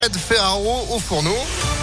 Ed Ferraro au fourneau.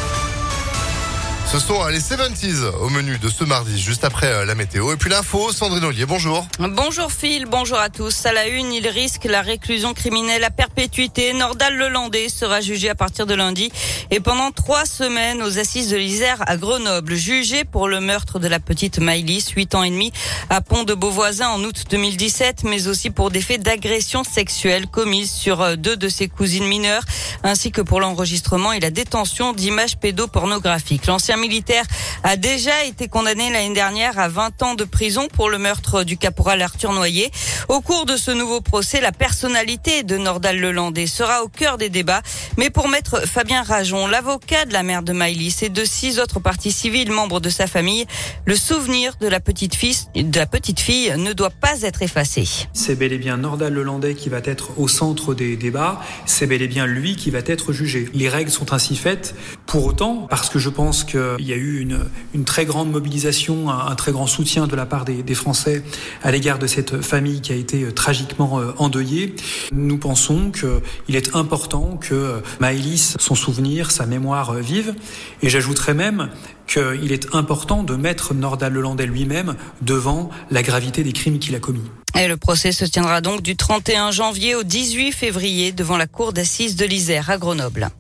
Ce sont les 70s au menu de ce mardi, juste après la météo. Et puis l'info, Sandrine Ollier, bonjour. Bonjour Phil, bonjour à tous. À la une, il risque la réclusion criminelle à perpétuité. Nordal Lelandais sera jugé à partir de lundi et pendant 3 semaines aux assises de l'Isère à Grenoble. Jugé pour le meurtre de la petite Maëlys, 8 ans et demi, à Pont-de-Beauvoisin en août 2017, mais aussi pour des faits d'agression sexuelle commises sur 2 de ses cousines mineures, ainsi que pour l'enregistrement et la détention d'images pédopornographiques. L'ancien militaire a déjà été condamné l'année dernière à 20 ans de prison pour le meurtre du caporal Arthur Noyer. Au cours de ce nouveau procès, la personnalité de Nordal Lelandais sera au cœur des débats. Mais pour maître Fabien Rajon, l'avocat de la mère de Maëlys et de 6 autres parties civiles membres de sa famille, le souvenir de la petite fille ne doit pas être effacé. C'est bel et bien Nordal Lelandais qui va être au centre des débats. C'est bel et bien lui qui va être jugé. Les règles sont ainsi faites. Pour autant, parce que je pense qu'il y a eu une très grande mobilisation, un très grand soutien de la part des Français à l'égard de cette famille qui a été tragiquement endeuillée, nous pensons qu'il est important que Maëlys, son souvenir, sa mémoire vive. Et j'ajouterais même qu'il est important de mettre Nordal Lelandais lui-même devant la gravité des crimes qu'il a commis. Et le procès se tiendra donc du 31 janvier au 18 février devant la cour d'assises de l'Isère à Grenoble.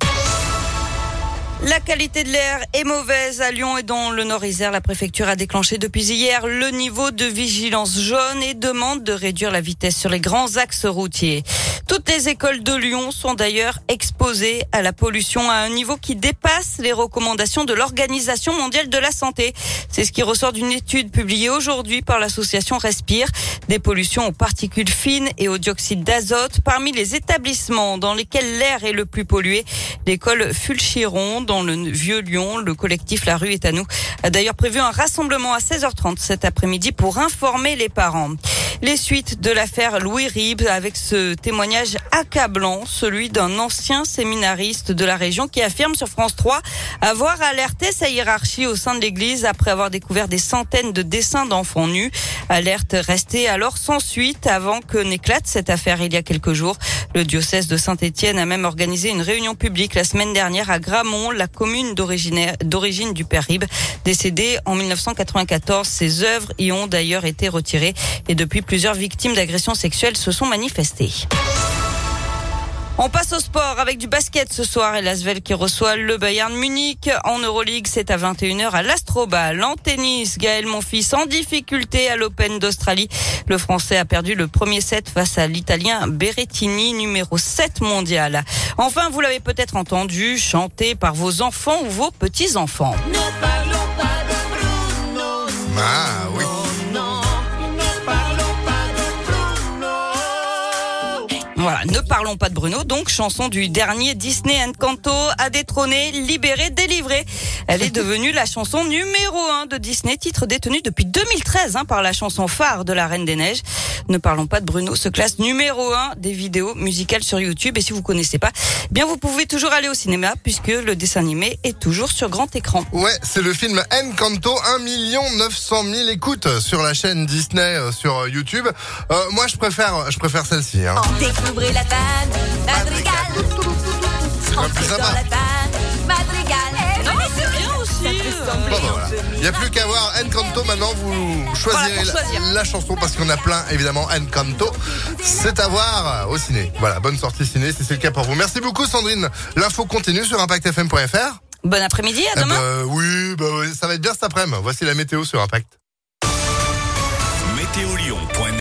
La qualité de l'air est mauvaise à Lyon et dans le Nord-Isère. La préfecture a déclenché depuis hier le niveau de vigilance jaune et demande de réduire la vitesse sur les grands axes routiers. Toutes les écoles de Lyon sont d'ailleurs exposées à la pollution à un niveau qui dépasse les recommandations de l'Organisation mondiale de la santé. C'est ce qui ressort d'une étude publiée aujourd'hui par l'association Respire. Des pollutions aux particules fines et au dioxyde d'azote. Parmi les établissements dans lesquels l'air est le plus pollué, l'école Fulchiron dans le Vieux-Lyon. Le collectif La Rue est à nous a d'ailleurs prévu un rassemblement à 16h30 cet après-midi pour informer les parents. Les suites de l'affaire Louis Ribes avec ce témoignage accablant, celui d'un ancien séminariste de la région qui affirme sur France 3 avoir alerté sa hiérarchie au sein de l'église après avoir découvert des centaines de dessins d'enfants nus. Alerte restée alors sans suite avant que n'éclate cette affaire il y a quelques jours. Le diocèse de Saint-Étienne a même organisé une réunion publique la semaine dernière à Gramont, la commune d'origine du père Ribes. Décédé en 1994, ses œuvres y ont d'ailleurs été retirées et depuis plusieurs victimes d'agressions sexuelles se sont manifestées. On passe au sport avec du basket ce soir et l'Asvel qui reçoit le Bayern Munich. En Euroleague, c'est à 21h à l'Astrobal. En tennis, Gaël Monfils en difficulté à l'Open d'Australie. Le Français a perdu le premier set face à l'Italien Berrettini, numéro 7 mondial. Enfin, vous l'avez peut-être entendu chanter par vos enfants ou vos petits-enfants. Ne parlons pas de Bruno. Ah oui. Voilà, ne parlons pas de Bruno, donc chanson du dernier Disney Encanto a détrôné, libéré, délivré. Elle est devenue la chanson numéro 1 de Disney, titre détenu depuis 2013 par la chanson phare de la Reine des Neiges. Ne parlons pas de Bruno se classe numéro 1 des vidéos musicales sur YouTube. Et si vous connaissez pas, bien vous pouvez toujours aller au cinéma puisque le dessin animé est toujours sur grand écran. Ouais, c'est le film Encanto, 1 900 000 écoutes sur la chaîne Disney sur YouTube. Moi, je préfère celle-ci. Découvrez la vanne Madrigal. C'est pas plus sympa. Dans la vanne Madrigal. Non, c'est bien aussi. Bon, voilà. Il n'y a plus qu'à voir Encanto. Maintenant, vous choisirez la chanson parce qu'on a plein, évidemment, Encanto. C'est à voir au ciné. Voilà, bonne sortie ciné si c'est le cas pour vous. Merci beaucoup, Sandrine. L'info continue sur ImpactFM.fr. Bon après-midi, à demain. Oui, ça va être bien cet après-midi. Voici la météo sur Impact. Météo Lyon.